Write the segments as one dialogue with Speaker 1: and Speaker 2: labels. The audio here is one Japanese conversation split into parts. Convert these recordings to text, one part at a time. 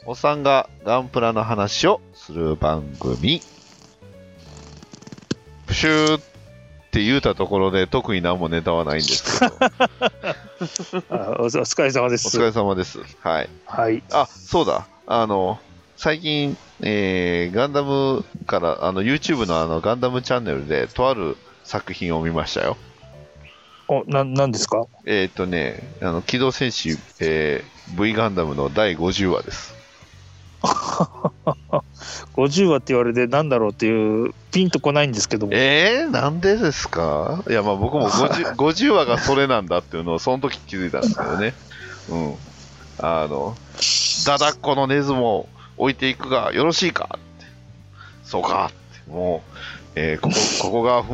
Speaker 1: おっさんがガンプラの話をする番組。プシューって言うたところで特に何もネタはないんですけど
Speaker 2: お疲れ様です。
Speaker 1: お疲れ様です。はい。
Speaker 2: はい。
Speaker 1: あ、そうだ。最近、ガンダムからYouTube のガンダムチャンネルでとある作品を見ましたよ。
Speaker 2: 何ですか？
Speaker 1: 機動戦士、V ガンダムの第50話です。
Speaker 2: 50話って言われてなんだろうっていうピンとこないんですけども。
Speaker 1: なんでですか？いや、まあ僕も 50話がそれなんだっていうのをその時気づいたんですけどね。うん。だだっこのネズモを置いていくがよろしいかって。そうかって。もう、ここが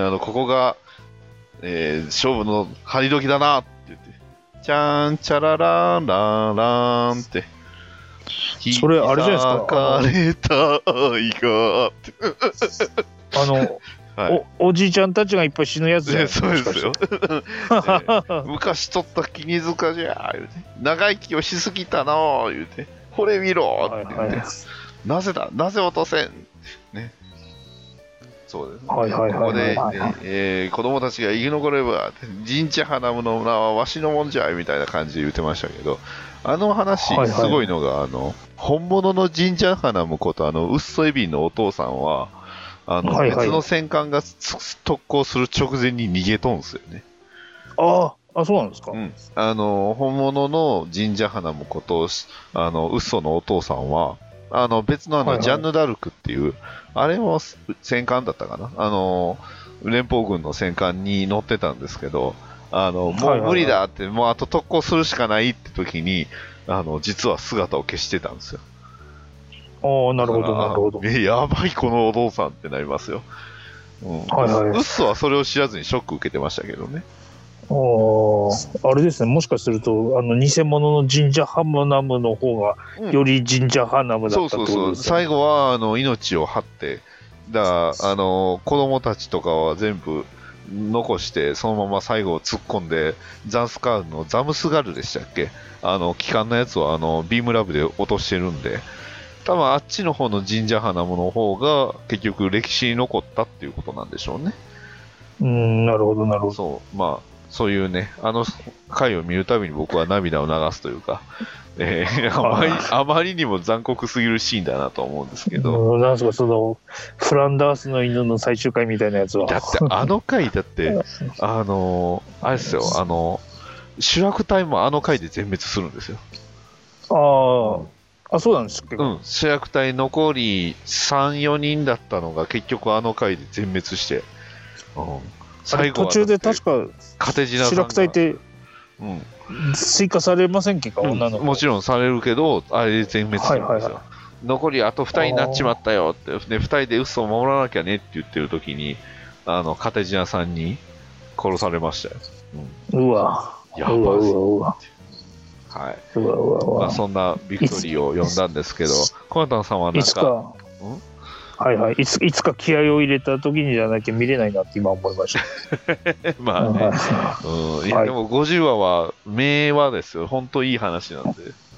Speaker 1: 勝負の張り時だなって言って、チャンチャラランランランって。
Speaker 2: それあれじゃないですか。
Speaker 1: 引き裂かれた愛がって
Speaker 2: はい、おじいちゃんたちがいっぱい死ぬやつじゃないですか。
Speaker 1: そうですよ。昔取った絹塚じゃ言うて、長生きをしすぎたな言うて、これ見ろって言って、なぜ落とせんね。そうですね。ここで子供たちが生き残れば陣地花むの名はわしのもんじゃみたいな感じで言ってましたけど、あの話すごいのが、本物の陣地花むことウッソエビンのお父さんは別の戦艦が特攻する直前に逃げとんすよね。
Speaker 2: あ、そうなんですか。
Speaker 1: うん、本物の神社花もことウッソのお父さんは別のジャンヌ・ダルクっていう、あれも戦艦だったかな、連邦軍の戦艦に乗ってたんですけど、もう無理だって、もうあと特攻するしかないって時に実は姿を消してたんですよ。
Speaker 2: なるほどなるほど。
Speaker 1: やばいこのお父さんってなりますよ。ウッソはそれを知らずにショック受けてましたけどね。
Speaker 2: あれですね、もしかすると偽物のジンジャーハムナムの方がよりジンジャーハナムだったってことですね。
Speaker 1: そう最後は命を張って子供たちとかは全部残してそのまま最後突っ込んでザンスカールのザムスガルでしたっけ、機関のやつをビームラブで落としてるんで、多分あっちの方のジンジャーハナムの方が結局歴史に残ったっていうことなんでしょうね。
Speaker 2: なるほどなるほど。
Speaker 1: そういうね、回を見るたびに僕は涙を流すというか、あまりにも残酷すぎるシーンだなと思うんですけど。
Speaker 2: なんすか、そのフランダースの犬の最終回みたいなやつは。
Speaker 1: だって回だってあれですよ、主役隊も回で全滅するんですよ。
Speaker 2: そうなんですけど。
Speaker 1: 主役隊残り3、4人だったのが結局回で全滅して。
Speaker 2: 最後途中で確か主役隊って追加されませんけど、女の子
Speaker 1: もちろんされるけど、あれで全滅するんですよ。残りあと2人になっちまったよって、で2人で嘘を守らなきゃねって言ってる時にカテジナさんに殺されましたよ。
Speaker 2: うわ、
Speaker 1: やばい。はい。そんなビクトリーを呼んだんですけど、コナタンさんはなんか
Speaker 2: いつか気合を入れた時にじゃなきゃ見れないなって今思いました。
Speaker 1: まあね、いやでも50話は名話ですよ。本当いい話なんで、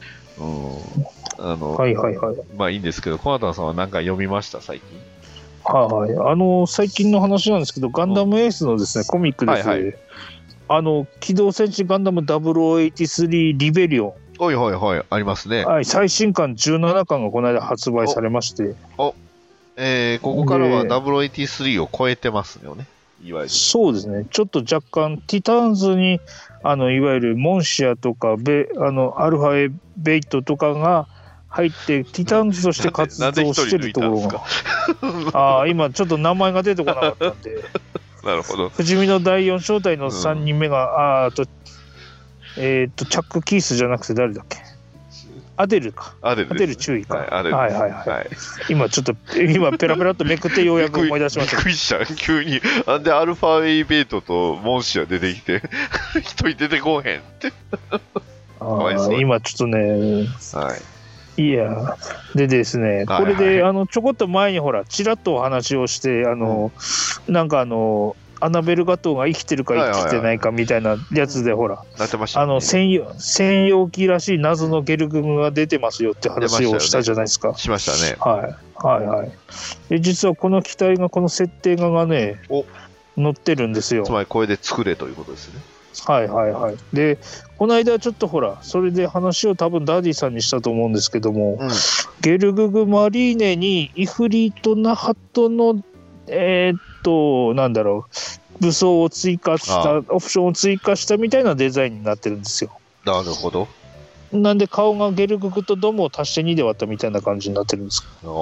Speaker 1: まあいいんですけど、コナタンさんは何か読みました最近？
Speaker 2: 最近の話なんですけど、ガンダムエースのですねコミックですね。機動戦士ガンダム0083リベリオン。
Speaker 1: ありますね。
Speaker 2: 最新刊17巻がこの間発売されまして。
Speaker 1: ここからは0083を超えてますよね。いわゆる。そう
Speaker 2: ですね。ちょっと若干ティターンズにいわゆるモンシアとかアルファベイトとかが入ってティターンズとして活動してるところが今ちょっと名前が出てこなかったんで
Speaker 1: なるほど。
Speaker 2: 不死身の第4小隊の3人目が、チャック・キースじゃなくて誰だっけ、アデルか。アデル注意か。今ちょっとペラペラっとめくってようやく思い出しました。
Speaker 1: びっくりした。急になんでアルファウェイベイトとモンシア出てきて一人出てこうへんって
Speaker 2: 今ちょっとね、いやでですね、これでちょこっと前にほらちらっとお話をしてなんかアナベルガトーが生きてるか生きてないかみたいなやつで、ほら、
Speaker 1: なってましたね。
Speaker 2: 専用機らしい謎のゲルググが出てますよって話をしたじゃないですか。
Speaker 1: しましたね。
Speaker 2: で実はこの機体が、この設定画がね、載ってるんですよ。
Speaker 1: つまりこれで作れということですね。
Speaker 2: で、この間ちょっとほら、それで話を多分ダディさんにしたと思うんですけども、ゲルググマリーネにイフリートナハトのなんだろう、武装を追加した、オプションを追加したみたいなデザインになってるんですよ。
Speaker 1: なるほど。
Speaker 2: なんで顔がゲルググとドムを足して2で割ったみたいな感じになってるんです。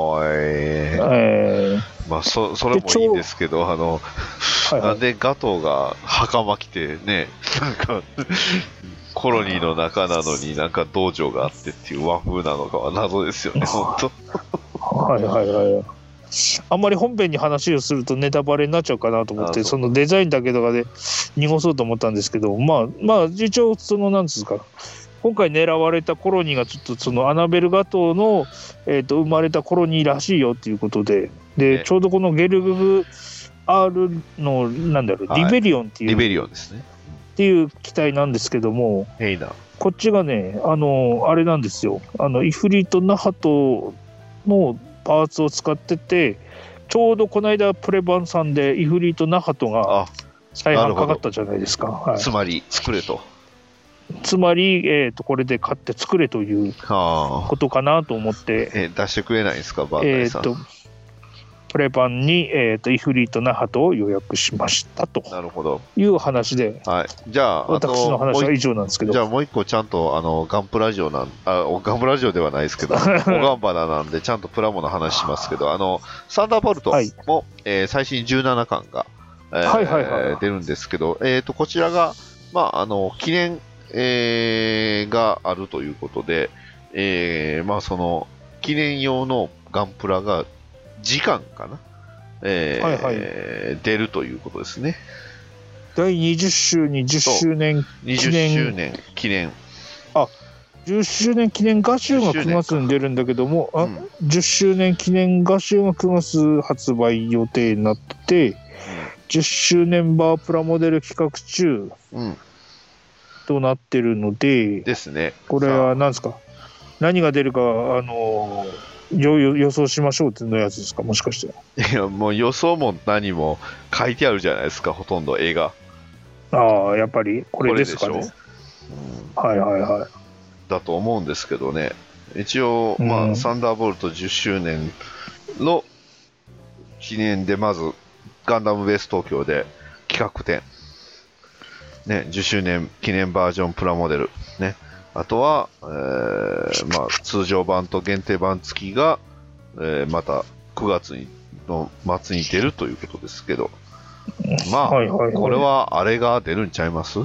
Speaker 1: まあそれもいいんですけど、なんでガトーが袴着てね、なんかコロニーの中なのになんか道場があってっていう和風なのかは謎ですよね、本当。
Speaker 2: あんまり本編に話をするとネタバレになっちゃうかなと思って、そのデザインだけとかで濁そうと思ったんですけど、まあ一応そのなんですか、今回狙われたコロニーがちょっとそのアナベルガトーの、生まれたコロニーらしいよっていうことで、ちょうどこのゲルググ R のなんだろう、リベリオンっていう
Speaker 1: リベリオンですね
Speaker 2: っていう機体なんですけども、こっちがね、あれなんですよ、イフリートナハトのパーツを使ってて、ちょうどこの間プレ版さんでイフリートナハトが再販かかったじゃないですか。
Speaker 1: つまり作れと。
Speaker 2: つまり、これで買って作れということかなと思って、
Speaker 1: 出してくれないですか、バータイさん。
Speaker 2: プレ版に、イフリートナハトを予約しましたという話で、
Speaker 1: じゃあ
Speaker 2: 私の話は以上なんですけど、
Speaker 1: じゃあもう一個ちゃんとガンプラジオガンプラジオではないですけど、オガンバナなんでちゃんとプラモの話しますけど、サンダーボルトも、最新17巻が、出るんですけど、こちらが、記念があるということで、その記念用のガンプラが時間かな、出るということですね。
Speaker 2: 第20周年10周年
Speaker 1: 記念20周年記念
Speaker 2: 10周年記念画集が9月に出るんだけども、10周年記念画集が9月発売予定になってて、10周年バープラモデル企画中、となってるので、
Speaker 1: ですね。
Speaker 2: これは何ですか、何が出るか予想しましょうっていうのやつですか、もしかして。
Speaker 1: いや、もう予想も何も書いてあるじゃないですか、ほとんど絵が。
Speaker 2: やっぱりこれですかね。
Speaker 1: だと思うんですけどね。一応、サンダーボルト10周年の記念で、まずガンダムベース東京で企画展ね、10周年記念バージョンプラモデル、ね、あとは、通常版と限定版付きが、また9月の末に出るということですけど、これはあれが出るんちゃいます？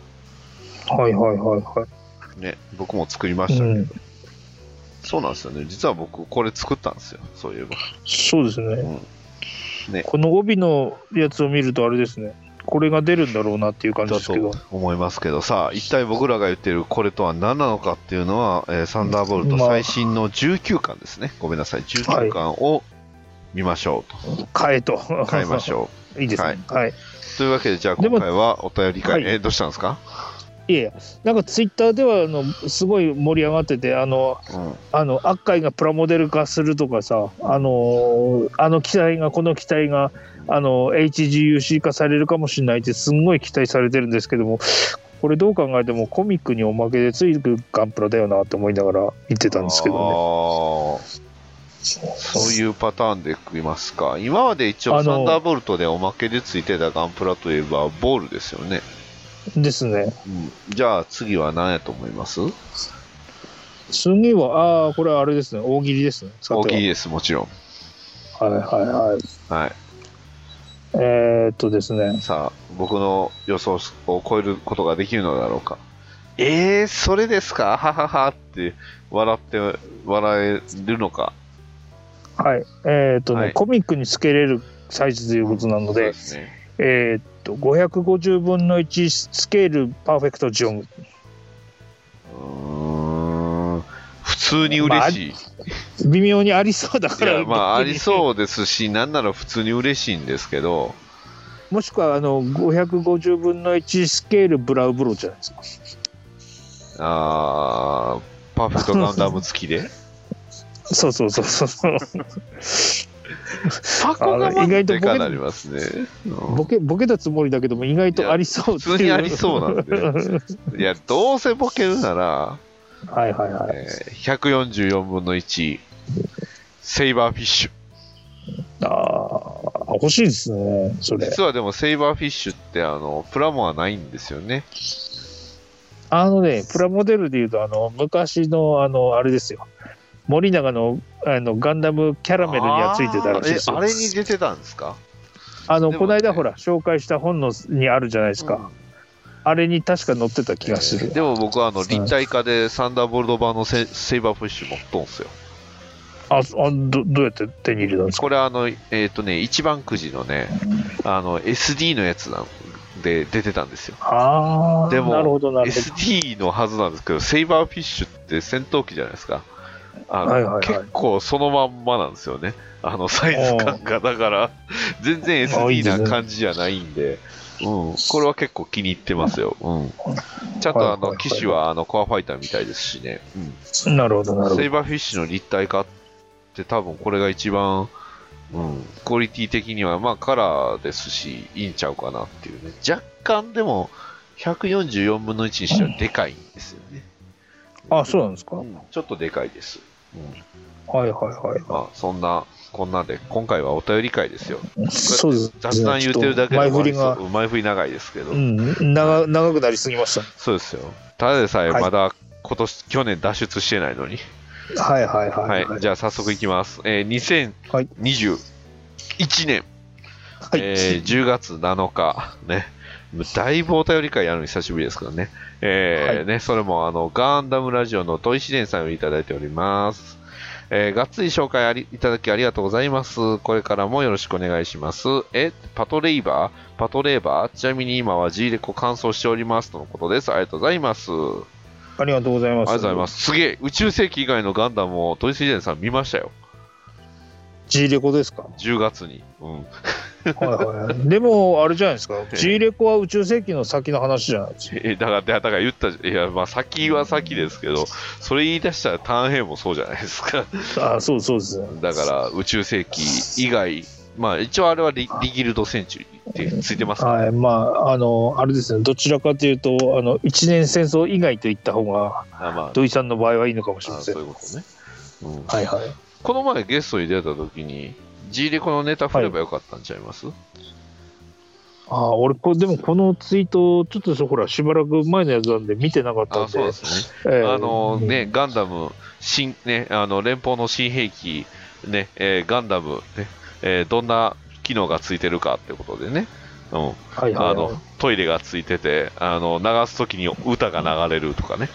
Speaker 1: ね、僕も作りましたけど、そうなんですよね。実は僕これ作ったんですよ、そういえば。
Speaker 2: そうですね。この帯のやつを見るとあれですね、これが出るんだろうなっていう感じですけど、
Speaker 1: だと思いますけど、さあ一体僕らが言ってるこれとは何なのかっていうのは、サンダーボルト最新の19巻ですね、ごめんなさい、19巻を見ましょうと。
Speaker 2: 買
Speaker 1: いましょ
Speaker 2: う。いいですね。
Speaker 1: というわけで、じゃあ今回はお便り会、どうしたんですか？
Speaker 2: なんかツイッターではすごい盛り上がってて、悪海がプラモデル化するとかさ、機体がこの機体がHGUC 化されるかもしれないってすんごい期待されてるんですけども、これどう考えてもコミックにおまけでついくガンプラだよなと思いながら言ってたんですけどね。
Speaker 1: そういうパターンで組みますか。今まで一応サンダーボルトでおまけでついてたガンプラといえばボールですよね。
Speaker 2: ですね。
Speaker 1: じゃあ次は何やと思います？
Speaker 2: 次はこれはあれですね、大喜利ですね。
Speaker 1: 大喜利です、もちろん。
Speaker 2: ですね。
Speaker 1: さあ僕の予想を超えることができるのだろうか。それですか、はははって笑えるのか。
Speaker 2: コミックにつけれるサイズということなので、550分の1スケールパーフェクトジョン。
Speaker 1: 普通に嬉しい。
Speaker 2: 微妙にありそうだから。
Speaker 1: ありそうですし、なんなら普通に嬉しいんですけど、
Speaker 2: もしくは550分の1スケールブラウブロじゃないですか。
Speaker 1: パーフェクトガンダム付きで
Speaker 2: そう
Speaker 1: 箱が意外とボケなりますね。
Speaker 2: ボケたつもりだけども意外とありそうっていう。
Speaker 1: 普通にありそうなんで。いや、どうせボケるなら、144分の1、セイバーフィッシュ。
Speaker 2: 欲しいですね、それ。
Speaker 1: 実はでもセイバーフィッシュってプラモはないんですよね。
Speaker 2: プラモデルでいうと昔のあれですよ。森永のガンダムキャラメルにはついてたらしいですよ。
Speaker 1: あれに出てたんですか？
Speaker 2: この間ほら紹介した本にあるじゃないですか。あれに確か載ってた気がする。
Speaker 1: でも僕は立体化でサンダーボルト版のセイバーフィッシュ持っとんすよ。
Speaker 2: どうやって手に入れたんですか？
Speaker 1: これ一番くじのねSD のやつなんで出てたんですよ。でも SD のはずなんですけど、セイバーフィッシュって戦闘機じゃないですか。結構そのまんまなんですよね、サイズ感が。だから全然 SD な感じじゃないんで、これは結構気に入ってますよ。ちゃんと機種はコアファイターみたいですしね。
Speaker 2: なるほど。
Speaker 1: セイバーフィッシュの立体化って多分これが一番、クオリティ的にはカラーですしいいんちゃうかなっていうね。若干でも144分の1にしてはでかいんですよね。
Speaker 2: そうなんですか？
Speaker 1: ちょっとでかいです。そんなこんなで今回はお便り会ですよ。
Speaker 2: そうです。
Speaker 1: 雑談言ってるだけで前振り長いですけど、
Speaker 2: 長くなりすぎました。
Speaker 1: そうですよ。ただでさえまだ去年脱出してないのに。じゃあ早速いきます。2021年、10月7日ね。だいぶお便り会やるの久しぶりですからね。それもガンダムラジオの砥石伝さんをいただいております。がっつり紹介いただきありがとうございます。これからもよろしくお願いします。パトレーバーちなみに今は G レコ乾燥しておりますとのことです。ありがとうございます。
Speaker 2: ありがとうございます。
Speaker 1: ありがとうございます。すげえ、宇宙世紀以外のガンダムを砥石伝さん見ましたよ。
Speaker 2: G レコですか
Speaker 1: ？10月に。
Speaker 2: でもあれじゃないですか。G レコは宇宙世紀の先の話じゃないですか。
Speaker 1: だから言った、先は先ですけど、それ言い出したらターンヘイもそうじゃないですか。
Speaker 2: そうですね。
Speaker 1: だから宇宙世紀以外、一応あれはリギルドセンチュリーってついてますからね。
Speaker 2: あれですね。どちらかというと一年戦争以外と言った方が土井さんの場合はいいのかもしれません。
Speaker 1: そういうことね。この前ゲストに出た時に G レコのネタ振ればよかったんちゃいます？
Speaker 2: 俺でもこのツイートちょっとほらしばらく前のやつなんで見てなかったんで。
Speaker 1: そうですね。ガンダム連邦の新兵器ね、ガンダムね、どんな機能がついてるかってことでね。トイレがついてて流すときに歌が流れるとかね。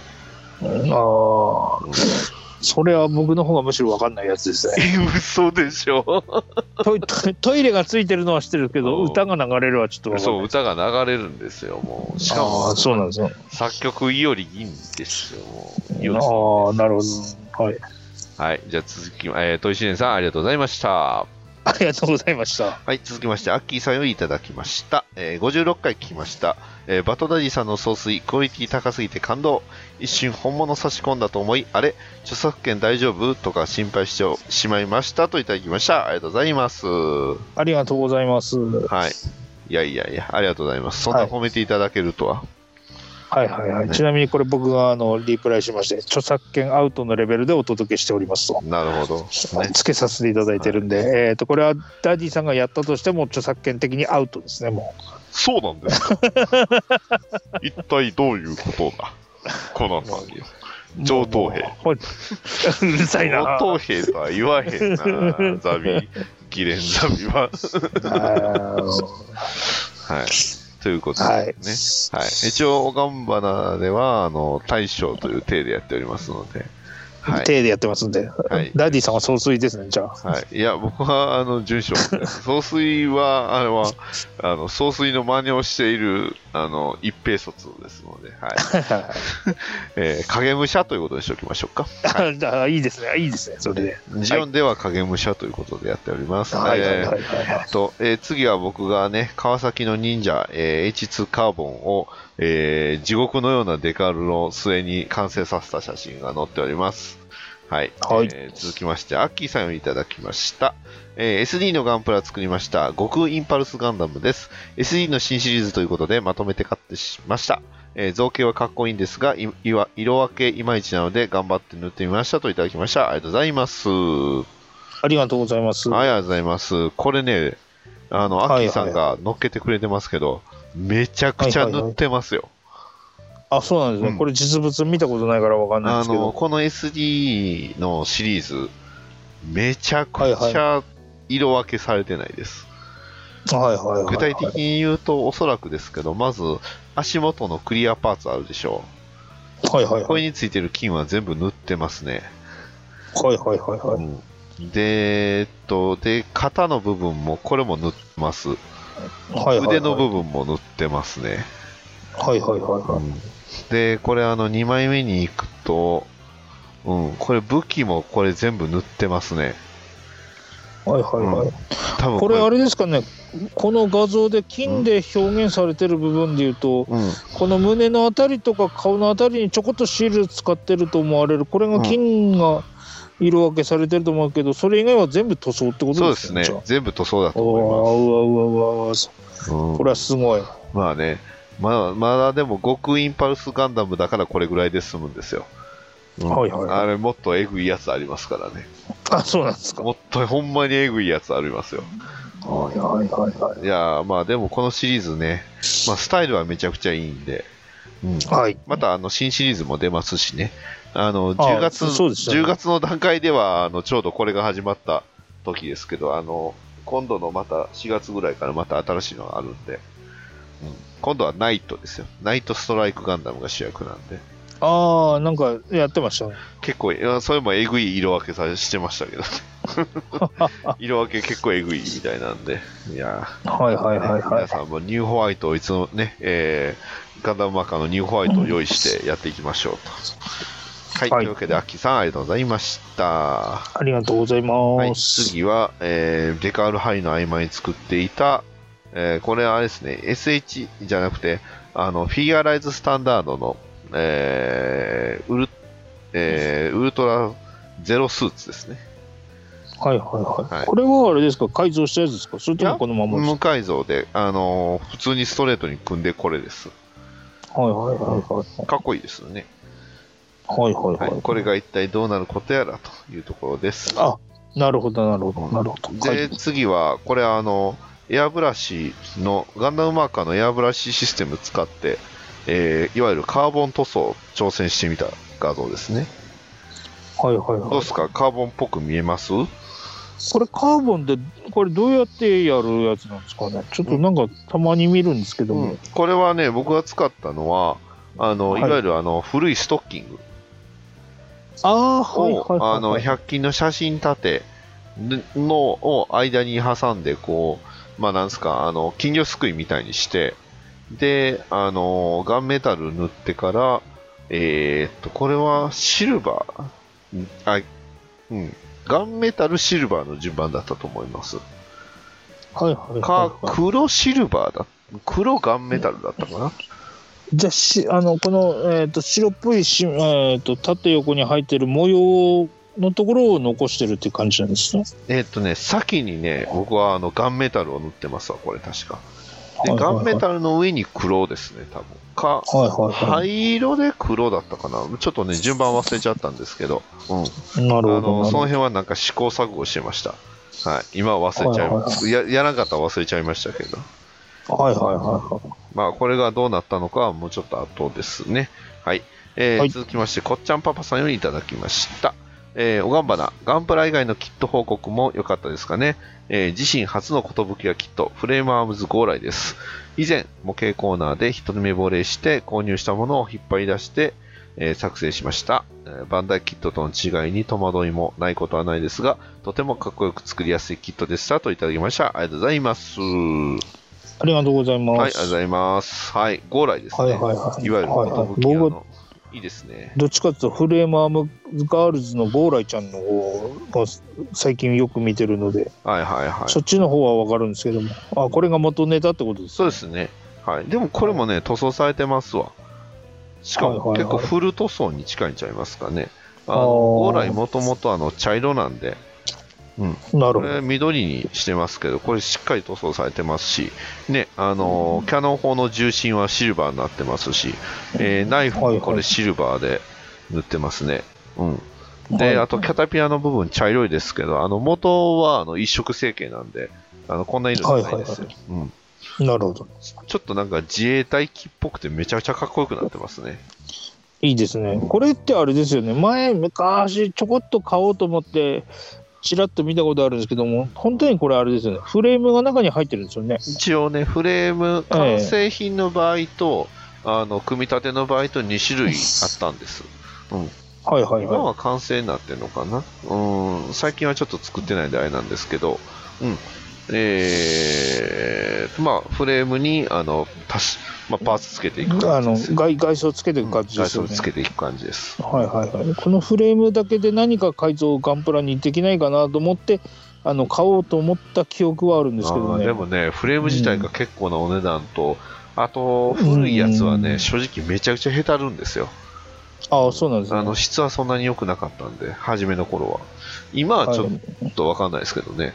Speaker 2: それは僕の方がむしろ分かんないやつですね。
Speaker 1: 嘘でしょ。
Speaker 2: トイレがついてるのは知ってるけど、歌が流れるはちょっと分かんない。
Speaker 1: そう、歌が流れるんですよ。もうしかも
Speaker 2: そうなんですよ。
Speaker 1: 作曲いおり銀ですよ。もう
Speaker 2: なるほど。
Speaker 1: はい。じゃあ続き砥石伝さんありがとうございました。
Speaker 2: ありがとうございました。
Speaker 1: はい、続きまして、アッキーさんよりいただきました。56回聞きました。バトダディさんの総帥、クオリティ高すぎて感動。一瞬本物差し込んだと思い、あれ著作権大丈夫とか心配してしまいましたといただきました。ありがとうございます。
Speaker 2: ありがとうございます。
Speaker 1: はい。いや、ありがとうございます。そんな褒めていただけるとは。
Speaker 2: ね、ちなみにこれ僕がリプライしまして著作権アウトのレベルでお届けしておりますと。
Speaker 1: なるほど、
Speaker 2: つけさせていただいてるんで、これはダディさんがやったとしても著作権的にアウトですね。もう
Speaker 1: そうなんですか。一体どういうことだコナンさんに。上等兵
Speaker 2: うるさいな。
Speaker 1: 上等兵とは言わへんな。ザビギレンザビは。はいということですね。一応、おがんばなでは、大将という体でやっておりますので、
Speaker 2: 手でやってますんで、ダディさんは総帥ですね、じゃあ。
Speaker 1: はい。いや、僕は、準将。総帥は、あれは、総帥の真似をしている、一兵卒ですので、はい。影武者ということでしておきましょうか。
Speaker 2: はい、いいですね、いいですね、それで。
Speaker 1: ジオンでは影武者ということでやっております。次は僕がね、川崎の忍者、H2 カーボンを、地獄のようなデカールの末に完成させた写真が載っております。はい。続きまして、アッキーさんよりいただきました。SD のガンプラ作りました。悟空インパルスガンダムです。SD の新シリーズということでまとめて買ってしました。造形はかっこいいんですが、色分けいまいちなので頑張って塗ってみましたといただきました。ありがとうございます。
Speaker 2: ありがとうございます。
Speaker 1: はい、ありがとうございます。これね、アッキーさんが乗っけてくれてますけど、めちゃくちゃ塗ってますよ。
Speaker 2: あ、そうなんですね。これ実物見たことないからわかんないんですけど。
Speaker 1: この SD のシリーズ、めちゃくちゃ色分けされてないです。具体的に言うと、おそらくですけど、まず、足元のクリアパーツあるでしょう。これについてる金は全部塗ってますね。で、肩の部分も、これも塗ってます。腕の部分も塗ってますね。で、これ2枚目に行くと、これ武器もこれ全部塗ってますね。
Speaker 2: 多分これあれですかね、この画像で金で表現されてる部分でいうと、この胸のあたりとか顔のあたりにちょこっとシール使ってると思われる、これが金が色分けされてると思うけど、それ以外は全部塗装ってことですね。
Speaker 1: そうですね、全部塗装だと思
Speaker 2: います。これはすごい。
Speaker 1: まあね、まだでも極インパルスガンダムだからこれぐらいで済むんですよ。あれもっとエグいやつありますからね。
Speaker 2: あ、そうなんですか。
Speaker 1: もっとほんまにエグいやつありますよ。いやまあでもこのシリーズね、スタイルはめちゃくちゃいいんで、また新シリーズも出ますしね、10月の段階ではちょうどこれが始まった時ですけど、今度のまた4月ぐらいからまた新しいのがあるんで、今度はナイトですよ。ナイトストライクガンダムが主役なんで。
Speaker 2: ああ、なんかやってましたね。
Speaker 1: 結構、それもえぐい色分けしてましたけどね。色分け結構えぐいみたいなんで。いや皆さんもニューホワイトをいつもね、ガンダムマーカーのニューホワイトを用意してやっていきましょうと。はい、というわけで、アッキーさんありがとうございました。
Speaker 2: ありがとうございます。
Speaker 1: 次は、デカールハイの合間に作っていた、これはあれですね、SH じゃなくて、フィギュアライズスタンダードの、ウルトラゼロスーツですね。
Speaker 2: これはあれですか、改造したやつですか、それともこのまま
Speaker 1: 無改造で、普通にストレートに組んでこれです。かっこいいですよね。これが一体どうなることやらというところです。
Speaker 2: あ、なるほど。
Speaker 1: で、次は、これエアブラシの、ガンダムマーカーのエアブラシシステム使って、いわゆるカーボン塗装を挑戦してみた画像ですね。どうですか、カーボンっぽく見えます？
Speaker 2: これカーボンで、これどうやってやるやつなんですかね。ちょっとなんかたまに見るんですけども、
Speaker 1: これはね、僕が使ったのは、いわゆる古いストッキングを、100均の写真立てのを間に挟んで、こう、なんですか、金魚すくいみたいにして、で、ガンメタル塗ってから、これはシルバー、ガンメタルシルバーの順番だったと思います。黒シルバーだ、黒ガンメタルだったかな。
Speaker 2: じゃあ、この、白っぽい縦横に入ってる模様のところを残してるっていう感じなんですね。
Speaker 1: 先にね、僕はガンメタルを塗ってますわ、これ確か。で、ガンメタルの上に黒ですね、多分。灰色で黒だったかな。ちょっとね、順番忘れちゃったんですけど、その辺はなんか試行錯誤してました。今は忘れちゃいました。やらなかったら忘れちゃいましたけど。これがどうなったのかはもうちょっと後ですね。続きまして、こっちゃんパパさんよりいただきました。おがんばな、ガンプラ以外のキット報告も良かったですかね。自身初の寿はキット、フレームアームズ号来です。以前、模型コーナーで一目惚れして購入したものを引っ張り出して、 作成しました。バンダイキットとの違いに戸惑いもないことはないですが、とてもかっこよく作りやすいキットでしたといただきました。ありがとうございます。
Speaker 2: ありがとうございます。
Speaker 1: はい、ありがとうございます。はい、ゴーライですね。いわゆる元武器屋の、いいですね。
Speaker 2: どっちかというとフレームアームガールズのゴーライちゃんの方が最近よく見てるので、そっちの方は分かるんですけども、これが元ネタってことです。
Speaker 1: そうですね。はい。でもこれもね、塗装されてますわ。しかも結構フル塗装に近いんちゃいますかね。ゴーライもともと茶色なんで、
Speaker 2: なるほど。
Speaker 1: これ緑にしてますけど、これしっかり塗装されてますし、ね、キャノン砲の重心はシルバーになってますし、ナイフもこれシルバーで塗ってますね。で、あとキャタピラの部分茶色いですけど、元は一色成形なんで、こんな色じゃないですよ。
Speaker 2: なるほど。
Speaker 1: ちょっとなんか自衛隊機っぽくてめちゃくちゃかっこよくなってますね。
Speaker 2: いいですね。これってあれですよね。昔ちょこっと買おうと思ってちらっと見たことあるんですけども、本当にこれあれですよね。フレームが中に入ってるんですよね。
Speaker 1: 一応ね、フレーム完成品の場合と、組み立ての場合と2種類あったんです。今は完成になってるのかな。最近はちょっと作ってないんであれなんですけど、フレームにパーツつけていく感じです。
Speaker 2: 外装つけていく感じですよね。
Speaker 1: 外装つけていく感じです。
Speaker 2: このフレームだけで何か改造をガンプラにできないかなと思って買おうと思った記憶はあるんですけどね。
Speaker 1: でもね、フレーム自体が結構なお値段と、あと古いやつはね、正直めちゃくちゃへたるんですよ。
Speaker 2: そうなんですね。
Speaker 1: 質はそんなに良くなかったんで、初めの頃は。今はちょっと分かんないですけどね。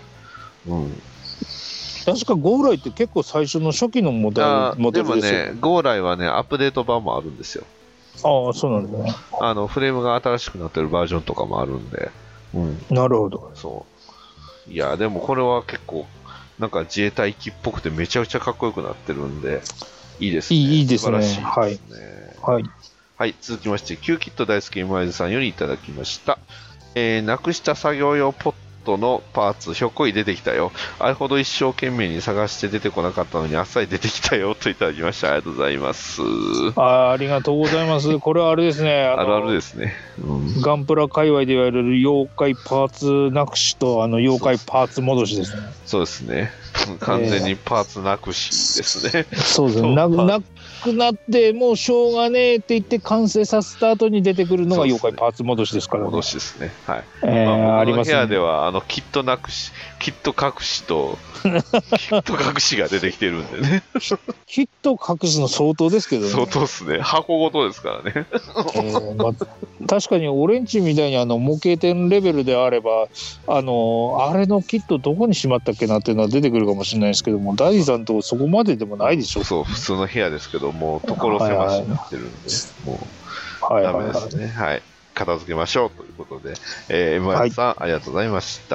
Speaker 2: 確かゴーライって結構最初の初期のモデルですよ。でも
Speaker 1: ね、ゴーライはね、アップデート版もあるんですよ。
Speaker 2: そうなんですね。
Speaker 1: フレームが新しくなってるバージョンとかもあるんで。
Speaker 2: なるほど。
Speaker 1: そう。いや、でもこれは結構、なんか自衛隊機っぽくてめちゃくちゃかっこよくなってるんで、いいですね。
Speaker 2: いいですね。
Speaker 1: 素晴らしいですね。はい、続きまして、キューキット大好き MYZ さんよりいただきました。なくした作業用ポットのパーツ、ひょっこり出てきたよ。あれほど一生懸命に探して出てこなかったのに、あっさり出てきたよといただきました。ありがとうございます。
Speaker 2: ありがとうございます。これはあれですね。
Speaker 1: あるあるですね。
Speaker 2: ガンプラ界隈で言われる妖怪パーツなくしと妖怪パーツ戻しですね。
Speaker 1: そうですね。完全にパーツなくしですね。
Speaker 2: そうですね。なくなってもうしょうがねえって言って完成させた後に出てくるのが妖怪パーツ戻しですからね。
Speaker 1: 戻しですね。はい。僕の部
Speaker 2: ありますね。
Speaker 1: 屋ではキット隠しとキット隠しが出てきてるんでね。
Speaker 2: キット隠すの相当ですけどね。
Speaker 1: 相当ですね。箱ごとですからね。
Speaker 2: 確かに俺んちみたいに模型店レベルであればあれのキットどこにしまったっけなっていうのは出てくるかもしれないですけども、ダディさんとそこまででもないでしょ。
Speaker 1: そう、普通の部屋ですけどもう所狭しになってるんで、もうダメですね。はい。片付けましょうということで、MY さん、ありがとうございました。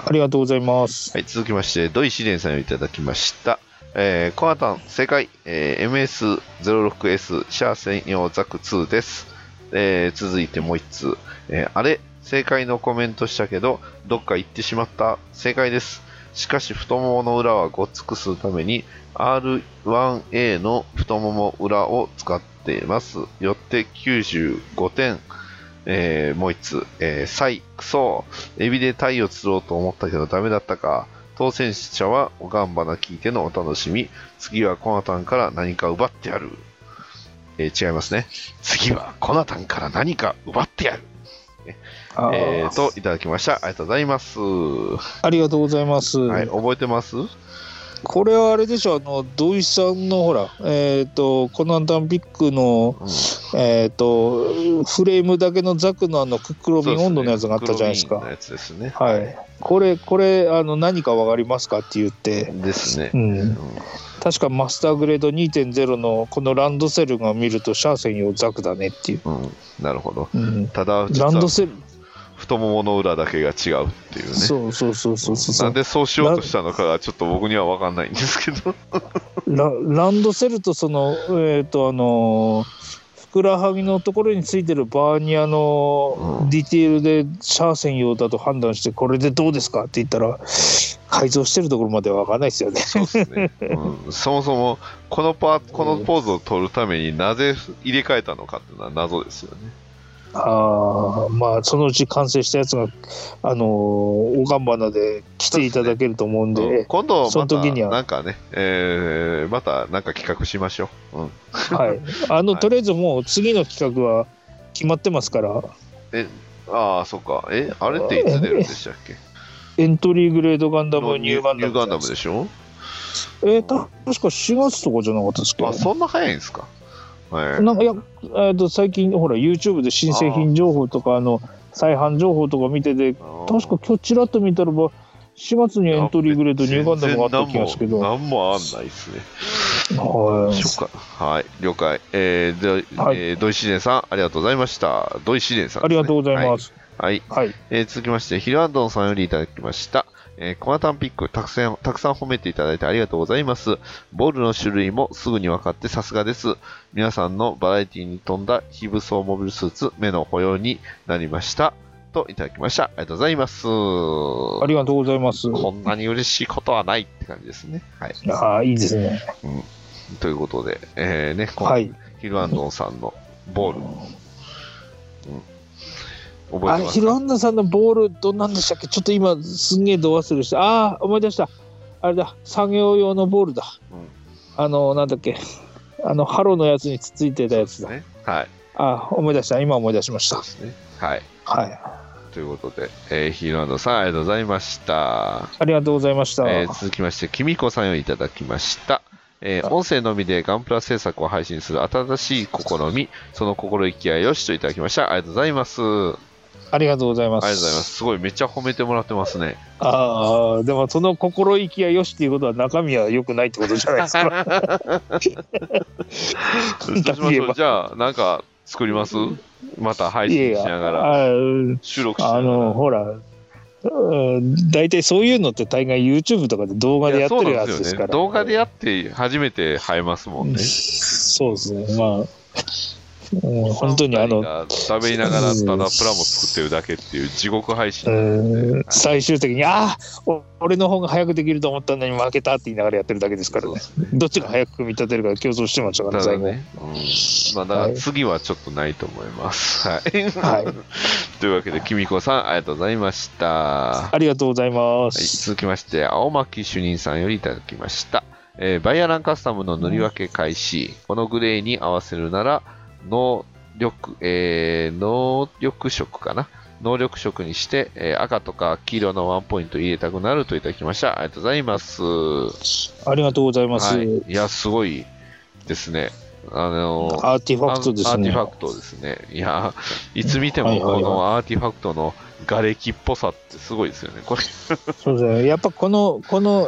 Speaker 2: ありがとうございます。
Speaker 1: はい、続きまして土井紫蓮さんよりいただきました。コナタン正解、MS06S シャー専用ザク2です。続いてもう一通、あれ正解のコメントしたけどどっか行ってしまった。正解です。しかし太ももの裏はごっつくするために R1A の太もも裏を使っています。よって95点。もう一つ、サイ、クソ、エビでタイを釣ろうと思ったけどダメだったか。当選者はおがんばな聞いてのお楽しみ。次はコナタンから何か奪ってやる。違いますね。次はコナタンから何か奪ってやる。といただきました。ありがとうございます。
Speaker 2: ありがとうございます。
Speaker 1: はい、覚えてます？
Speaker 2: これはあれでしょ、土井さんのほら、コナンタンビックの、フレームだけのザクのクックロビン温度のやつがあったじゃないですか。
Speaker 1: のやつですね。
Speaker 2: はい。これ何かわかりますかって言って。
Speaker 1: ですね。
Speaker 2: 確かマスターグレード 2.0 のこのランドセルが見るとシャー専用ザクだねっていう。
Speaker 1: なるほど。ただ
Speaker 2: ランドセル
Speaker 1: 太ももの裏だけが違うっていうね。
Speaker 2: そう
Speaker 1: なんでそうしようとしたのかがちょっと僕には分かんないんですけど
Speaker 2: ランドセルとそのふくらはぎのところについてるバーニアのディテールでシャー専用だと判断してこれでどうですかって言ったら改造してるところまでは分からないですよね。
Speaker 1: そうですね。そもそも、このポーズを取るためになぜ入れ替えたのかっていうのは謎ですよね。
Speaker 2: まあ、そのうち完成したやつが、おがんばなで来ていただけると思うんで、
Speaker 1: 今度、
Speaker 2: その時には、
Speaker 1: なんかね、またなんか企画しましょう。
Speaker 2: はい。とりあえずもう次の企画は決まってますから。
Speaker 1: そっか。あれっていつ出るんでしたっけ？
Speaker 2: エントリーグレードガンダムニューガンダム。
Speaker 1: ニューガンダムでしょ？
Speaker 2: 確か4月とかじゃなかったですけど。
Speaker 1: そんな早いんですか？
Speaker 2: なんか最近ほら YouTube で新製品情報とか再販情報とか見てて、確か今日ちらっと見たらば4月にエントリーグレードニューガンダムがあった気がするけど、
Speaker 1: 何もあんないですね。はい、了解。土井紫伝さんありがとうございました。土井紫伝さん、
Speaker 2: ありがとうございます。
Speaker 1: はい。続きましてヒルアンドンさんよりいただきました。コナタンピックたくさん褒めていただいてありがとうございます。ボールの種類もすぐに分かってさすがです。皆さんのバラエティに富んだ非武装モビルスーツ、目の保養になりました。といただきました。ありがとうございます。
Speaker 2: ありがとうございます。
Speaker 1: こんなに嬉しいことはないって感じですね。はい。
Speaker 2: いいですね。
Speaker 1: ということで、ヒルアンドンさんのボール。覚えてますか？
Speaker 2: ヒルアンドンさんのボール、どんなんでしたっけ？ちょっと今、すんげえど忘れして。思い出した。あれだ、作業用のボールだ。なんだっけ。ハローのやつにつついてたやつだ。
Speaker 1: はい。
Speaker 2: 思い出した。今思い出しました。
Speaker 1: そうですね。はい。ということで、ヒルアンドンさんありがとうございました。
Speaker 2: ありがとうございました。
Speaker 1: 続きまして、きみこさんよりいただきました。音声のみでガンプラ制作を配信する新しい試み、その心意気はよしといただきました。ありがとうございます。
Speaker 2: ありがとうございます。
Speaker 1: ありがとうございます。すごい、めっちゃ褒めてもらってますね。
Speaker 2: でもその心意気はよしっていうことは中身は良くないってことじゃないですか。
Speaker 1: どうしましょう。じゃあ、なんか作ります？また配信しながら。収録しながら。
Speaker 2: ほら、大体そういうのって大概 YouTube とかで動画でやってるやつですから。
Speaker 1: 動画でやって初めて映えますもんね。
Speaker 2: そうですね。本当に
Speaker 1: 食べながらただプラモ作ってるだけっていう地獄配信、
Speaker 2: 最終的に俺の方が早くできると思ったのに負けたって言いながらやってるだけですからね。どっちが早く組み立てるか競争してましたから最後。
Speaker 1: だから次はちょっとないと思います。はい。というわけできみこさんありがとうございました。
Speaker 2: ありがとうございます。
Speaker 1: 続きまして青巻主任さんよりいただきました。バイアランカスタムの塗り分け開始。このグレーに合わせるなら能力色かな。能力色にして、赤とか黄色のワンポイント入れたくなるといただきました。ありがとうございます。
Speaker 2: ありがとうございます。
Speaker 1: いや、すごいですね。
Speaker 2: アーティファクトですね。
Speaker 1: アーティファクトですね。いや、いつ見てもこのアーティファクトの瓦礫っぽさってすごいですよね、これ。
Speaker 2: そうですね。やっぱこの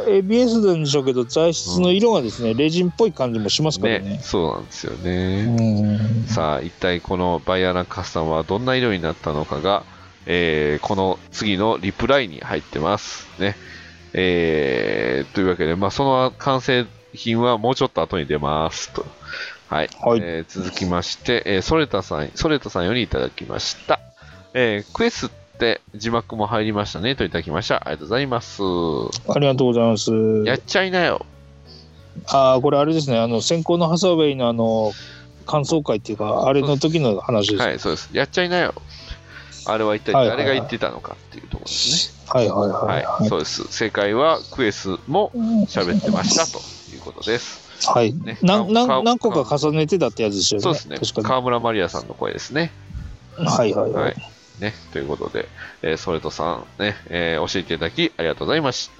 Speaker 2: ABS なんでしょうけど、材質の色がですね、レジンっぽい感じもしますからね。
Speaker 1: そうなんですよね。さあ、一体このバイアランカスタムはどんな色になったのかが、この次のリプライに入ってますね。というわけで、その完成品はもうちょっと後に出ますと。はい。続きまして、ソレタさんよりいただきました。クエスって字幕も入りましたねといただきました。ありがとうございます。
Speaker 2: ありがとうございます。
Speaker 1: やっちゃいなよ。
Speaker 2: これあれですね。先行のハサウェイの感想会っていうか、あれの時の話です。
Speaker 1: はい、そうです。やっちゃいなよ。あれは一体誰が言ってたのかっていうところですね。はい、そうです。正解はクエスも喋ってましたということです。
Speaker 2: はい。何個か重ねてたってやつですよね。
Speaker 1: そうですね。川村マリアさんの声ですね。
Speaker 2: はい
Speaker 1: ね、ということで、ソレトさんね、教えていただきありがとうございました。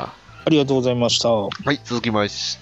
Speaker 2: ありがとうございました。
Speaker 1: はい、続きまして、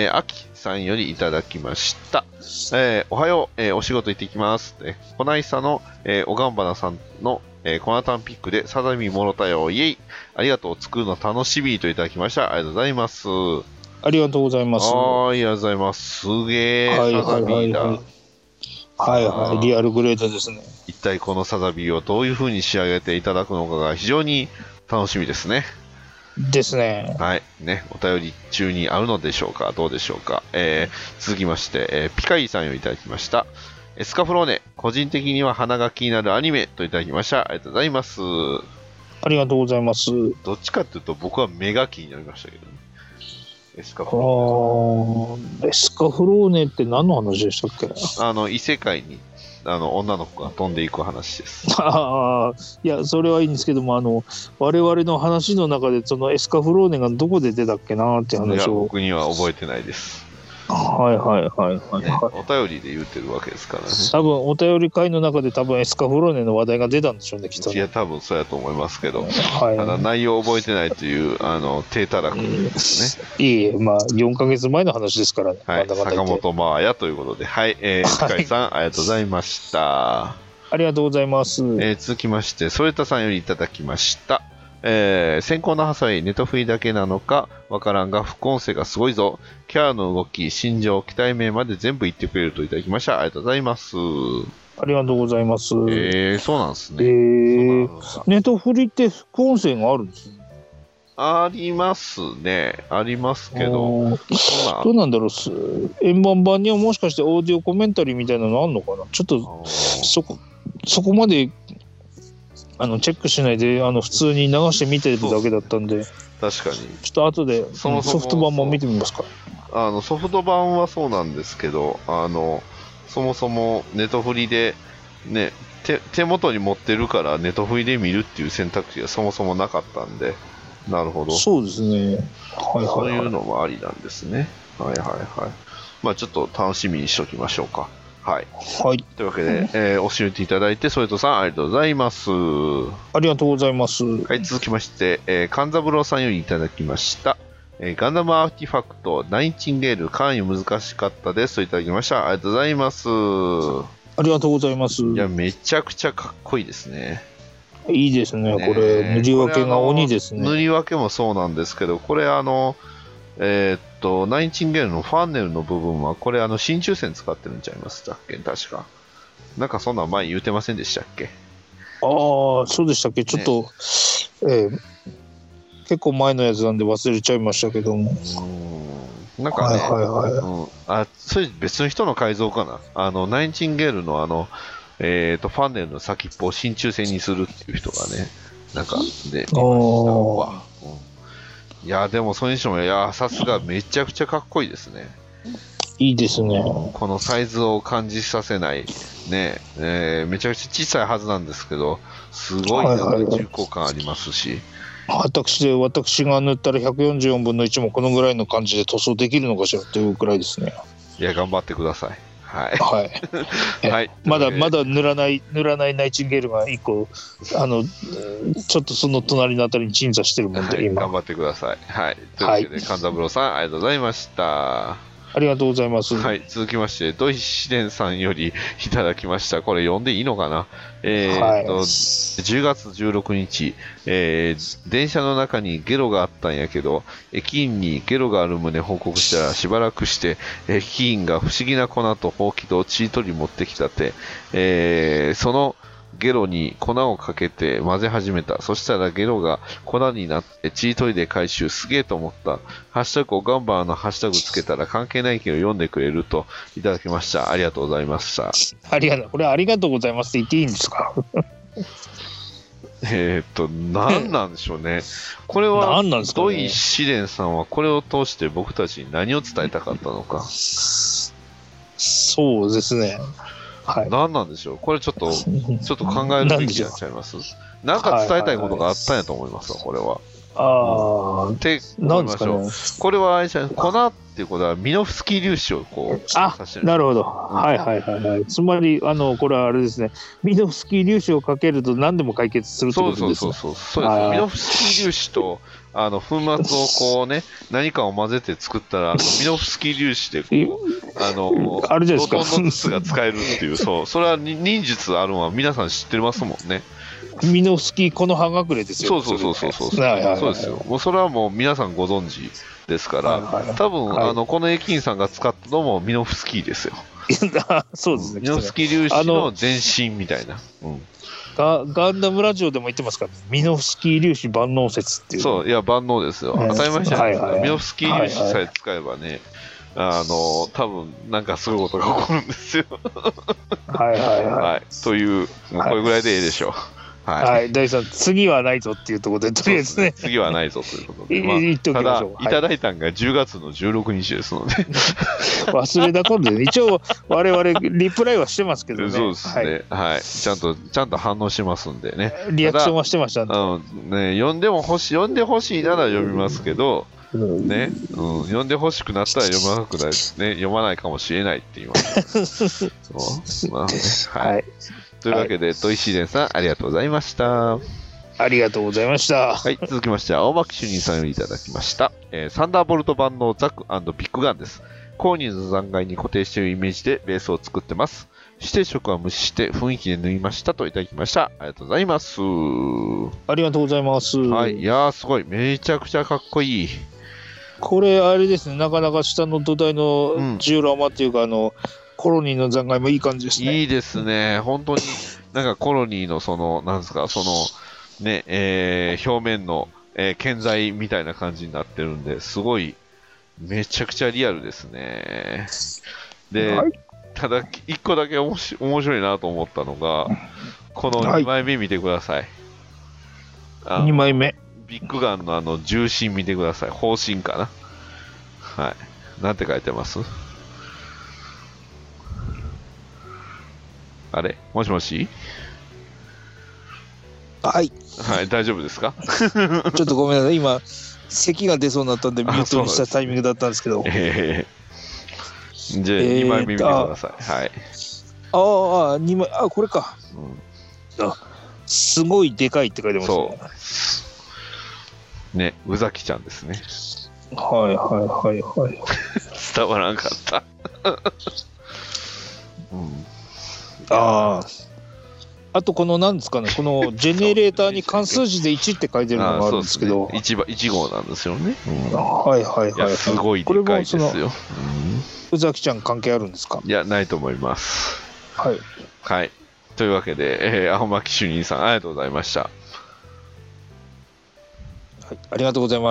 Speaker 1: アキさんよりいただきました。おはよう、お仕事行ってきます。こないさの、おがんばなさんの、コナタンピックでサザミもろたよ、イエイ。ありがとう、作るの楽しみといただきました。ありがとうございます。
Speaker 2: ありがとうございます。
Speaker 1: ありがとうございます。すげえ、サザビーだ。
Speaker 2: リアルグレードですね。
Speaker 1: 一体このサザビーをどういう風に仕上げていただくのかが非常に楽しみですね。
Speaker 2: ですね。
Speaker 1: はい。ね、お便り中にあるのでしょうか、どうでしょうか。続きまして、ピカイさんよりいただきました。スカフローネ、個人的には鼻が気になるアニメといただきました。ありがとうございます。
Speaker 2: ありがとうございます。
Speaker 1: どっちかっていうと僕は目が気になりましたけどね。エスカフロ
Speaker 2: ーネ。エスカフローネって何の話でしたっけ？
Speaker 1: 異世界に女の子が飛んでいく話です。
Speaker 2: ああ、いや、それはいいんですけども、我々の話の中で、そのエスカフローネがどこで出たっけなって話を。いや、
Speaker 1: 僕には覚えてないです。
Speaker 2: はいはいはいはい、
Speaker 1: ね、お便りで言ってるわけですからね。
Speaker 2: 多分お便り会の中でエスカフローネの話題が出たんでしょうね、きっとね。
Speaker 1: いや、多分そうやと思いますけど、はい、ただ内容を覚えてないという低たらくですね。
Speaker 2: いえ、まあ4ヶ月前の話ですからね。
Speaker 1: はい、坂本真綾ということで、はい、深井さん、ありがとうございました。
Speaker 2: ありがとうございます。
Speaker 1: 続きまして、ソレタさんよりいただきました。先行のハサウェイ、ネトフリだけなのかわからんが、副音声がすごいぞ。キャラの動き、心情、期待名まで全部言ってくれるといただきました。ありがとうございます。
Speaker 2: ありがとうございます。
Speaker 1: そうなんですね。
Speaker 2: ネトフリって副音声があるんですね。
Speaker 1: ありますね。ありますけど。ど
Speaker 2: うなんだろう。円盤版にはもしかしてオーディオコメンタリーみたいなのあるのかな。ちょっとそこまでチェックしないで普通に流して見てるだけだったんで。
Speaker 1: 確かに。
Speaker 2: ちょっと後でソフト版も見てみますか。
Speaker 1: ソフト版はそうなんですけど、そもそもネトフリでね、手元に持ってるからネトフリで見るっていう選択肢がそもそもなかったんで。なるほど。
Speaker 2: そうですね。
Speaker 1: はいはいはい、そういうのもありなんですね。はいはいはい。まあちょっと楽しみにしておきましょうか。はい。
Speaker 2: はい。
Speaker 1: というわけで、教えていただいて、ソレトさんありがとうございます。
Speaker 2: ありがとうございます。
Speaker 1: はい、続きまして、勘三郎さんよりいただきました。ガンダムアーティファクト、ナイチンゲール、関与難しかったですといただきました。ありがとうございます。
Speaker 2: ありがとうございます。い
Speaker 1: や、めちゃくちゃかっこいいですね。
Speaker 2: いいですね、これ、塗り分けが鬼ですね。
Speaker 1: 塗り分けもそうなんですけど、これナイチンゲールのファンネルの部分は、これ真鍮線使ってるんちゃいますだっけ、確か。なんかそんなん前言うてませんでしたっけ。
Speaker 2: ああ、そうでしたっけ、ちょっと、結構前のやつなんで忘れちゃいましたけども。
Speaker 1: なんかね、それ別の人の改造かな。ナイチンゲールのファンネルの先っぽを真鍮線にするっていう人がね、なんかで、いや、でもそれにしても、いや、さすがめちゃくちゃかっこいいですね。
Speaker 2: いいですね。
Speaker 1: このサイズを感じさせない、ね、めちゃくちゃ小さいはずなんですけど、すごい重厚感ありますし。
Speaker 2: 私が塗ったら144分の1もこのぐらいの感じで塗装できるのかしらというくらいですね。
Speaker 1: いや、頑張ってください。はい。
Speaker 2: はい。まだ塗らないナイチンゲールが1個、ちょっとその隣のあたりに鎮座してるもんで、今。
Speaker 1: 頑張ってください。はい。というわけで、勘三郎さん、ありがとうございました。
Speaker 2: ありがとうございます。
Speaker 1: はい。続きまして、土井紫蓮さんよりいただきました。これ読んでいいのかな。10月16日、電車の中にゲロがあったんやけど、駅員にゲロがある旨報告したらしばらくして、駅員が不思議な粉とほうきとチートリ持ってきたって、そのゲロに粉をかけて混ぜ始めた。そしたらゲロが粉になってチートリで回収。すげえと思った。ハッシュタグをガンバーのハッシュタグつけたら関係ないけど読んでくれるといただきました。ありがとうございました。
Speaker 2: これありがとうございますって言っていいんですか。
Speaker 1: 何なんでしょうね。これは土井紫蓮さんはこれを通して僕たちに何を伝えたかったのか。
Speaker 2: そうですね。はい、
Speaker 1: 何なんでしょう。これちょっと考えるべきになっちゃいます。なんか伝えたいことがあったんやと思いますわ、これは。って思いましょう。これは粉っていうことはミノフスキー粒子をこう
Speaker 2: さしてる。なるほど。はいはいはい。つまりこれはあれですね。ミノフスキー粒子をかけると何でも解決するってことですね。
Speaker 1: そうです。ミノフスキー粒子と粉末をこうね、何かを混ぜて作ったらミノフスキー粒子でこう
Speaker 2: あるじゃないですか。
Speaker 1: ロトンの筒が使えるっていう、それは忍術あるのは皆さん知ってますもんね。
Speaker 2: ミノフスキーこの葉隠れですよ。
Speaker 1: そうですよ。もうそれはもう皆さんご存知ですから、多分この駅員さんが使ったのもミノフスキーですよ。
Speaker 2: そうですね。
Speaker 1: ミノフスキー粒子の前身みたいな。
Speaker 2: ガンダムラジオでも言ってますから、ミノフスキー粒子万能説っていう。
Speaker 1: そう、いや万能ですよ。当たり前じゃないですか。ミノフスキー粒子さえ使えばね、多分なんかすごいことが起こるんですよ。
Speaker 2: はい。
Speaker 1: という、もうこれぐらいでいいでしょう。
Speaker 2: はい、第3、次はないぞっていうところで、とりあえずね。
Speaker 1: 次はないぞということで。
Speaker 2: 言っておきましょう。
Speaker 1: ただ、いただいたのが10月の16日ですので。
Speaker 2: 忘れた頃で、一応、我々、リプライはしてますけどね。
Speaker 1: そうですね。はい。ちゃんと反応しますんでね。
Speaker 2: リアクションはしてました
Speaker 1: ね。読んでほしいなら読みますけど、ね、読んでほしくなったら読まなくないですね。読まないかもしれないって言います。そう。まあね。はい。というわけで、土井紫蓮さん、ありがとうございました。
Speaker 2: ありがとうございました。
Speaker 1: はい、続きまして、青巻主任さんよりいただきました。サンダーボルト版のザク&ビッグガンです。コーニーの残骸に固定しているイメージでベースを作ってます。指定色は無視して雰囲気で縫いましたといただきました。ありがとうございます。
Speaker 2: ありがとうございます。
Speaker 1: はい、いやー、すごい。めちゃくちゃかっこいい。
Speaker 2: これ、あれですね、なかなか下の土台のジオラマっていうか、コロニーの残骸もいい感じですね。
Speaker 1: いいですね。本当に、なんかコロニーのなんですか、ね、表面の、建材みたいな感じになってるんで、すごい、めちゃくちゃリアルですね。で、はい、ただ、一個だけ面白いなと思ったのが、この2枚目見てください。
Speaker 2: はい、2枚目。
Speaker 1: ビッグガンの重心見てください。方針かな。はい。なんて書いてます？あれ？もしもし？
Speaker 2: はい。
Speaker 1: はい、大丈夫ですか？
Speaker 2: ちょっとごめんなさい。今、咳が出そうになったんで、ミュートにしたタイミングだったんですけど。
Speaker 1: じゃあ、2枚目見てください。はい。
Speaker 2: 2枚、これか。すごいでかいって書いてますね。
Speaker 1: そう。ね、宇崎ちゃんですね。
Speaker 2: はいはいはいはい。
Speaker 1: 伝わらんかった。
Speaker 2: あとこの何ですかね、このジェネレーターに関数字で1って書いてるのがあるんですけど、
Speaker 1: 1号なんですよね。
Speaker 2: はいはいはい。
Speaker 1: すごいでかいですよ。
Speaker 2: 宇崎ちゃん関係あるんですか？
Speaker 1: いや、ないと思います。
Speaker 2: はい。
Speaker 1: はい。というわけで、青巻主任さん、ありがとうございました。
Speaker 2: はい、ありがとうございます。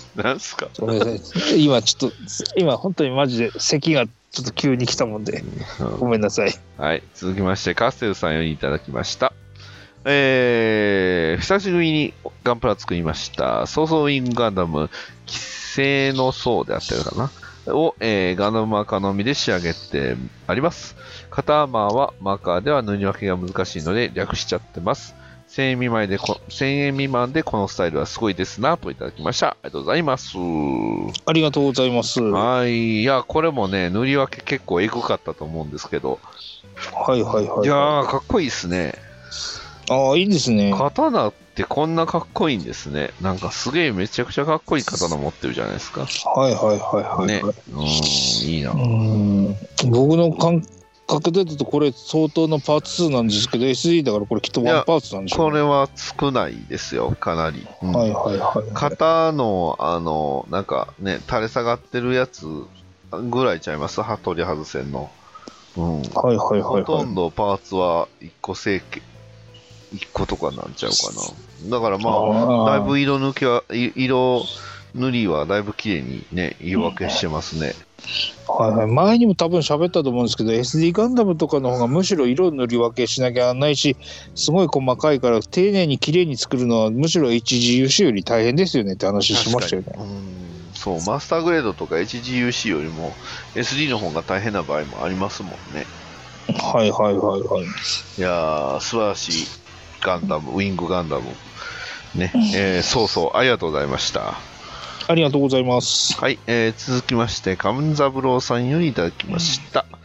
Speaker 1: なんすか？
Speaker 2: 今本当にマジで咳がちょっと急に来たもんで、ごめんなさい。
Speaker 1: はい、続きましてカステルさんよりいただきました。久しぶりにガンプラ作りました。ソーソーウィングガンダム規制の層であったかなを、ガンダムマーカーのみで仕上げてあります。肩アーマーはマーカーでは塗り分けが難しいので略しちゃってます。1000円未満でこのスタイルはすごいですなといただきました。ありがとうございます。
Speaker 2: ありがとうございます。
Speaker 1: はい。いや、これもね、塗り分け結構エグかったと思うんですけど。
Speaker 2: はいはいはい。
Speaker 1: いやー、かっこいいですね。
Speaker 2: いいですね。
Speaker 1: 刀ってこんなかっこいいんですね。なんかすげえめちゃくちゃかっこいい刀持ってるじゃないですか。
Speaker 2: はいはいはいはい。
Speaker 1: ね。いいな。
Speaker 2: 僕の感覚で言うとこれ相当のパーツ数なんですけど SD だからこれきっとワンパーツなんでしょうね。
Speaker 1: これは少ないですよ、かなり。
Speaker 2: はいはいはい。
Speaker 1: 型のなんかね、垂れ下がってるやつぐらいちゃいます、取り外せんの。
Speaker 2: はいはいはい。
Speaker 1: ほとんどパーツは1個1個とかなんちゃうかな。だからまあ、だいぶ色塗りはだいぶ綺麗にね、色分けしてますね。
Speaker 2: はいはい、前にも多分喋ったと思うんですけど SD ガンダムとかの方がむしろ色塗り分けしなきゃないしすごい細かいから丁寧に綺麗に作るのはむしろ HGUC より大変ですよねって話しましたよね。
Speaker 1: そう、マスターグレードとか HGUC よりも SD の方が大変な場合もありますもんね。
Speaker 2: はいはいはいはい。
Speaker 1: いやー、素晴らしいガンダム、ウィングガンダムね、そうありがとうございました。
Speaker 2: ありがとうございます。
Speaker 1: はい、続きまして、カムンザブローさんよりいただきました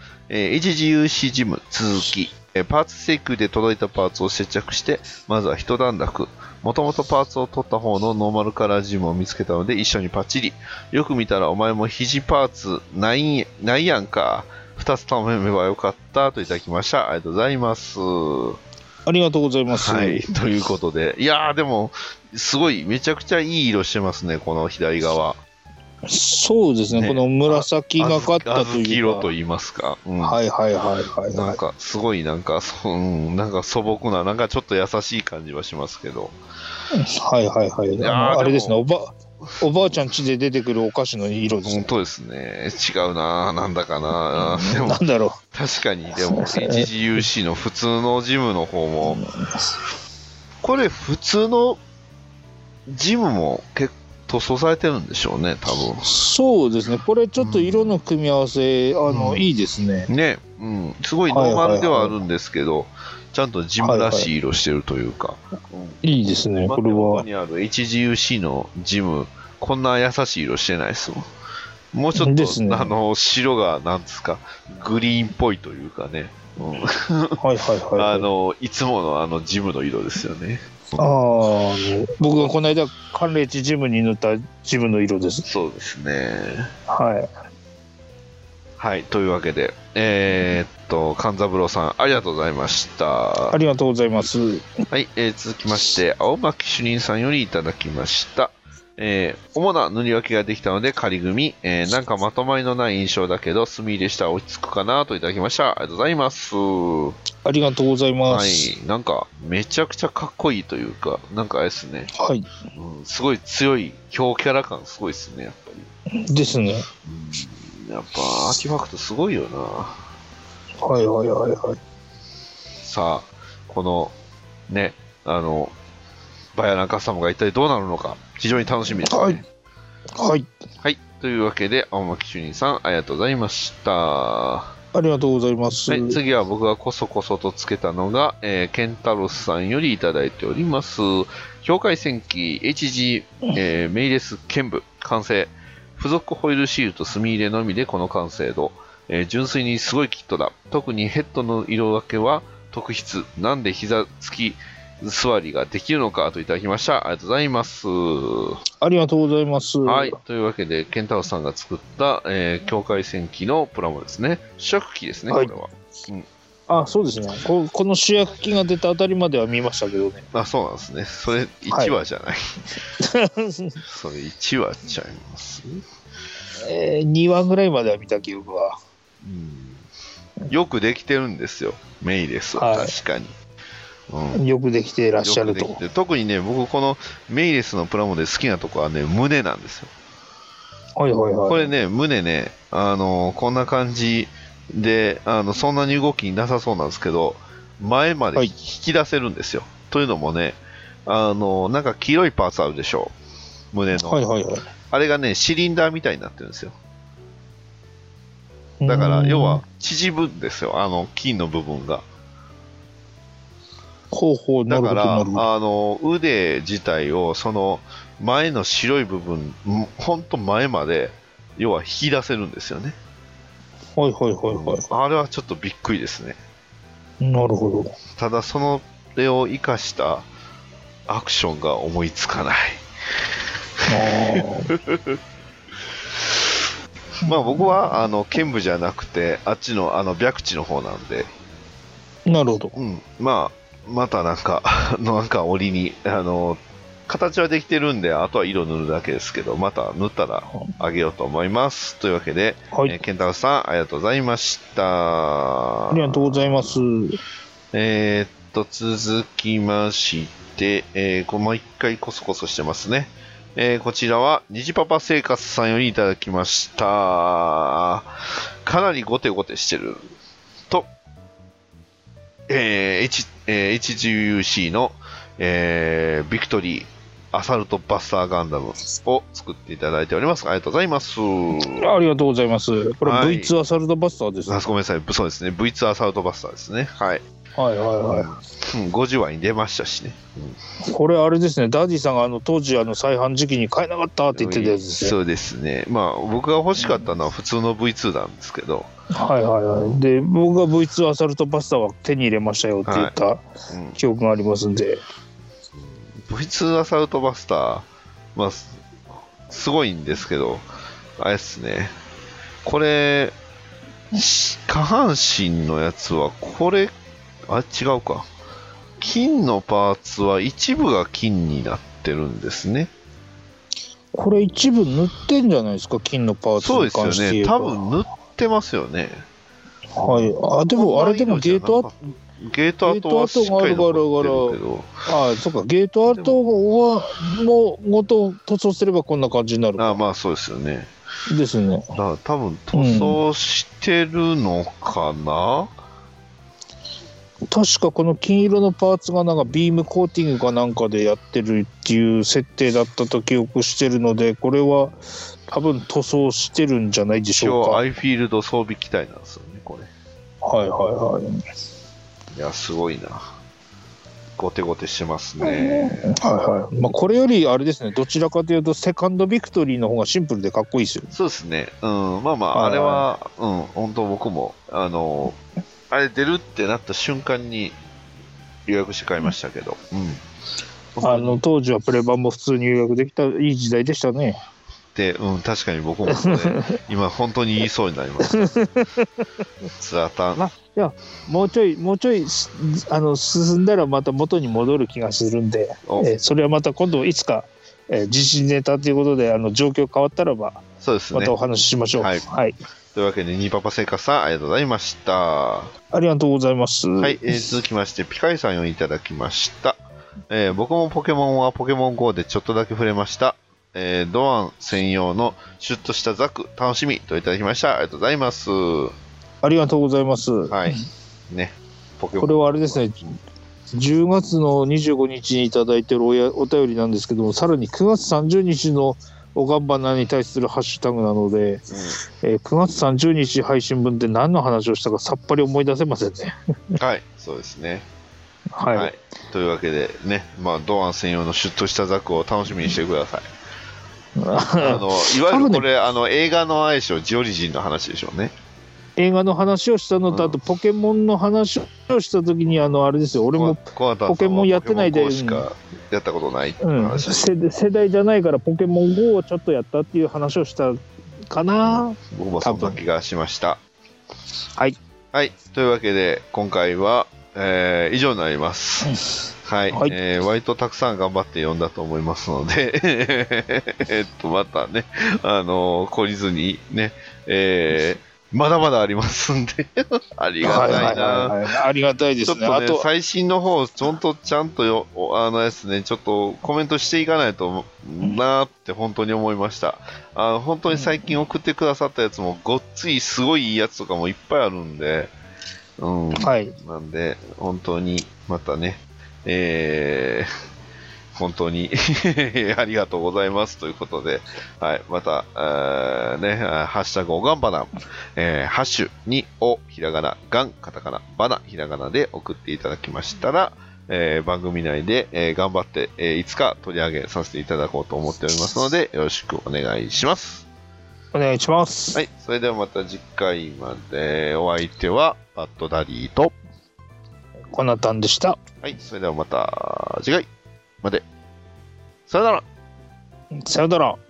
Speaker 1: 。HGUC ジム続き、パーツ請求で届いたパーツを接着して、まずは一段落。もともとパーツを取った方のノーマルカラージムを見つけたので一緒にパッチリ。よく見たらお前も肘パーツないやんか。2つ頼めばよかったといただきました。ありがとうございます。
Speaker 2: ありがとうございます。
Speaker 1: はい、ということで、いやーでもすごいめちゃくちゃいい色してますね、この左側。
Speaker 2: そうですね、この紫がかったというか、
Speaker 1: 小豆色と言いますか、
Speaker 2: はいはいはいはい、
Speaker 1: なんかすごいなんか素朴ななんかちょっと優しい感じはしますけど、
Speaker 2: はいはいはい、あれですね、おばあちゃん家で出てくるお菓子の色ですね。
Speaker 1: 本当ですね。違うな、なんだかな。でも
Speaker 2: なんだろう。
Speaker 1: 確かにでも HGUC の普通のジムの方もこれ普通のジムも結構塗装されてるんでしょうね、多分。
Speaker 2: そうですね。これちょっと色の組み合わせ、いいですね。
Speaker 1: ね、すごいノーマルではあるんですけど、ちゃんとジムらしい色してるというか。
Speaker 2: いいですね、これは。
Speaker 1: ここにある HGUC のジム、こんな優しい色してないですもん。もうちょっと、
Speaker 2: ね、
Speaker 1: 白が、なんですか、グリーンっぽいというかね。いつものジムの色ですよね。
Speaker 2: 僕がこの間、寒冷地ジムに塗ったジムの色です。
Speaker 1: そうですね。
Speaker 2: はい。
Speaker 1: はい、というわけで、勘三郎さん、ありがとうございました。
Speaker 2: ありがとうございます。
Speaker 1: はい、続きまして、青巻主任さんよりいただきました。主な塗り分けができたので仮組み、なんかまとまりのない印象だけど墨入れしたら落ち着くかなといただきました。ありがとうございます。
Speaker 2: ありがとうございます。
Speaker 1: はい、なんかめちゃくちゃかっこいいというか、なんかあれですね、
Speaker 2: はい、
Speaker 1: すごい強い強キャラ感すごいですね、やっぱ
Speaker 2: りですね、
Speaker 1: やっぱアーティファクトすごいよな。
Speaker 2: はいはいはいはい。
Speaker 1: さあこのね、バヤナカサムが一体どうなるのか非常に楽しみですね。
Speaker 2: はい。はい。
Speaker 1: はい。というわけで、青巻主任さん、ありがとうございました。
Speaker 2: ありがとうございます。
Speaker 1: はい、次は僕がこそこそとつけたのが、ケンタロスさんよりいただいております。境界戦記 HG、メイレス剣舞完成。付属ホイールシールと墨入れのみでこの完成度。純粋にすごいキットだ。特にヘッドの色分けは特筆。なんで膝つき座りができるのかといただきました。ありがとうございます。
Speaker 2: ありがとうございます。
Speaker 1: はい。というわけで、ケンタロスさんが作った、境界戦記のプラモですね。主役機ですね、これは。
Speaker 2: そうですね。この主役機が出たあたりまでは見ましたけどね。
Speaker 1: そうなんですね。それ1話じゃない。それ1話ちゃいます。
Speaker 2: 2話ぐらいまでは見た記憶は。
Speaker 1: よくできてるんですよ、メイレスは確かに。
Speaker 2: よくできていらっしゃると。
Speaker 1: 特にね、僕このメイレスのプラモで好きなとこはね、胸なんですよ。
Speaker 2: はいはいはい。
Speaker 1: これね、胸ね、こんな感じで、そんなに動きなさそうなんですけど、前まで引き出せるんですよ。というのもね、なんか黄色いパーツあるでしょう、胸の。
Speaker 2: はいはいはい。
Speaker 1: あれがね、シリンダーみたいになってるんですよ。だから、要は、縮むんですよ、金の部分が。だから、腕自体を、その、前の白い部分、ほんと前まで、要は引き出せるんですよね。
Speaker 2: はいはいはいはい。
Speaker 1: あれはちょっとびっくりですね。
Speaker 2: なるほど。
Speaker 1: ただ、それを生かしたアクションが思いつかない。まあ僕は剣舞じゃなくてあっちの白地の方なんで。
Speaker 2: なるほど。
Speaker 1: またなんか折に形はできてるんで、あとは色塗るだけですけど、また塗ったらあげようと思います。というわけで、ケンタロウさんありがとうございました。
Speaker 2: ありがとうございます。
Speaker 1: 続きまして、もう一回コソコソしてますね。こちらは虹パパ生活さんよりいただきました。かなりゴテゴテしてると、HGUC の、ビクトリーアサルトバスターガンダムを作っていただいております。ありがとうございます。
Speaker 2: ありがとうございます。これ V2 アサルトバスターですね。
Speaker 1: ごめんなさい、そうですね。V2 アサルトバスターですね。はい。
Speaker 2: はいはいはい。
Speaker 1: 50話に出ましたしね。
Speaker 2: これあれですね、ダディさんが当時再販時期に買えなかったって言ってたやつですね。
Speaker 1: そうですね。まあ僕が欲しかったのは普通の V2 なんですけど。
Speaker 2: はいはいはい。で、僕が V2 アサルトバスターは手に入れましたよって言った記憶がありますんで。
Speaker 1: V2 アサルトバスター、まあ、すごいんですけど、あれですね。これ、下半身のやつは、これ、違うか。金のパーツは一部が金になってるんですね。
Speaker 2: これ一部塗ってんじゃないですか、金のパーツに関して言えば。
Speaker 1: そうですよね。多分塗ってますよね。
Speaker 2: はい。でもあれでもゲート跡があるから、そうか、ゲート跡はもうごと塗装すればこんな感じになる。
Speaker 1: まあそうですよね。
Speaker 2: ですね。
Speaker 1: だから多分塗装してるのかな、
Speaker 2: 確かこの金色のパーツがなんかビームコーティングかなんかでやってるっていう設定だったと記憶してるので、これは多分塗装してるんじゃないでしょうか。
Speaker 1: 一応アイフィールド装備機体なんですよね、これ。
Speaker 2: はいはいはい。
Speaker 1: いや、すごいな。ゴテゴテしてますね。
Speaker 2: はいはい。まあこれよりあれですね、どちらかというとセカンドビクトリーの方がシンプルでかっこいいですよ。
Speaker 1: そうですね。うん、まあまあ、あれは、うん、本当僕も、あれ出るってなった瞬間に予約して買いましたけど、うん。
Speaker 2: 当時はプレ版も普通に予約できたいい時代でしたね。
Speaker 1: で、うん、確かに僕もそれ今本当に言いそうになりました。ツアタン。
Speaker 2: まあ、いや、もうちょい進んだらまた元に戻る気がするんで、それはまた今度いつか、自信ネタということで状況変わったらば、
Speaker 1: そうですね、
Speaker 2: またお話ししましょう。
Speaker 1: はい。はい、というわけで、ニーパパ生活さん、ありがとうございました。
Speaker 2: ありがとうございます。
Speaker 1: はい、続きまして、ピカイさんをいただきました。僕もポケモンはポケモン GO でちょっとだけ触れました。ドアン専用のシュッとしたザク、楽しみといただきました。ありがとうございます。
Speaker 2: ありがとうございます。
Speaker 1: はい。ね。
Speaker 2: ポケモン。これはあれですね。10月の25日にいただいているお便りなんですけども、さらに9月30日のおがんばなに対するハッシュタグなので、9月30日配信分で何の話をしたかさっぱり思い出せませんね。
Speaker 1: はい、そうですね。
Speaker 2: はい、はい。
Speaker 1: というわけでね、まあ、ドアン専用のシュッとしたザクを楽しみにしてください。いわゆるこれ、映画の相性ジオリジンの話でしょうね。
Speaker 2: 映画の話をしたのと、あとポケモンの話をしたときにあれですよ、俺もポケモンやってないで
Speaker 1: しかやったことないって
Speaker 2: 話、世代じゃないからポケモン GO をちょっとやったっていう話をしたかな。
Speaker 1: 僕もそんな気がしました。
Speaker 2: はい、
Speaker 1: はい、というわけで今回は、以上になります。はい、割とたくさん頑張って読んだと思いますのでまたね、懲りずにね、まだまだありますんでありがたいな、
Speaker 2: ありがたいですね。
Speaker 1: ちょっとね、最新の方ちゃんとですね、ちょっとコメントしていかないとなーって本当に思いました。本当に最近送ってくださったやつもごっついすごいいいやつとかもいっぱいあるんで、なんで本当にまたね、本当にありがとうございますということで、はい、また、ね、ハッシュタグおがんばな、ハッシュにおひらがな、がんカタカナ、ばなひらがなで送っていただきましたら、番組内で、頑張って、いつか取り上げさせていただこうと思っておりますので、よろしくお願いします。
Speaker 2: お願いします。
Speaker 1: はい、それではまた次回まで。お相手はバッドダディと
Speaker 2: コナタンでした。
Speaker 1: はい、それではまた次回まで。さよなら。
Speaker 2: さよなら。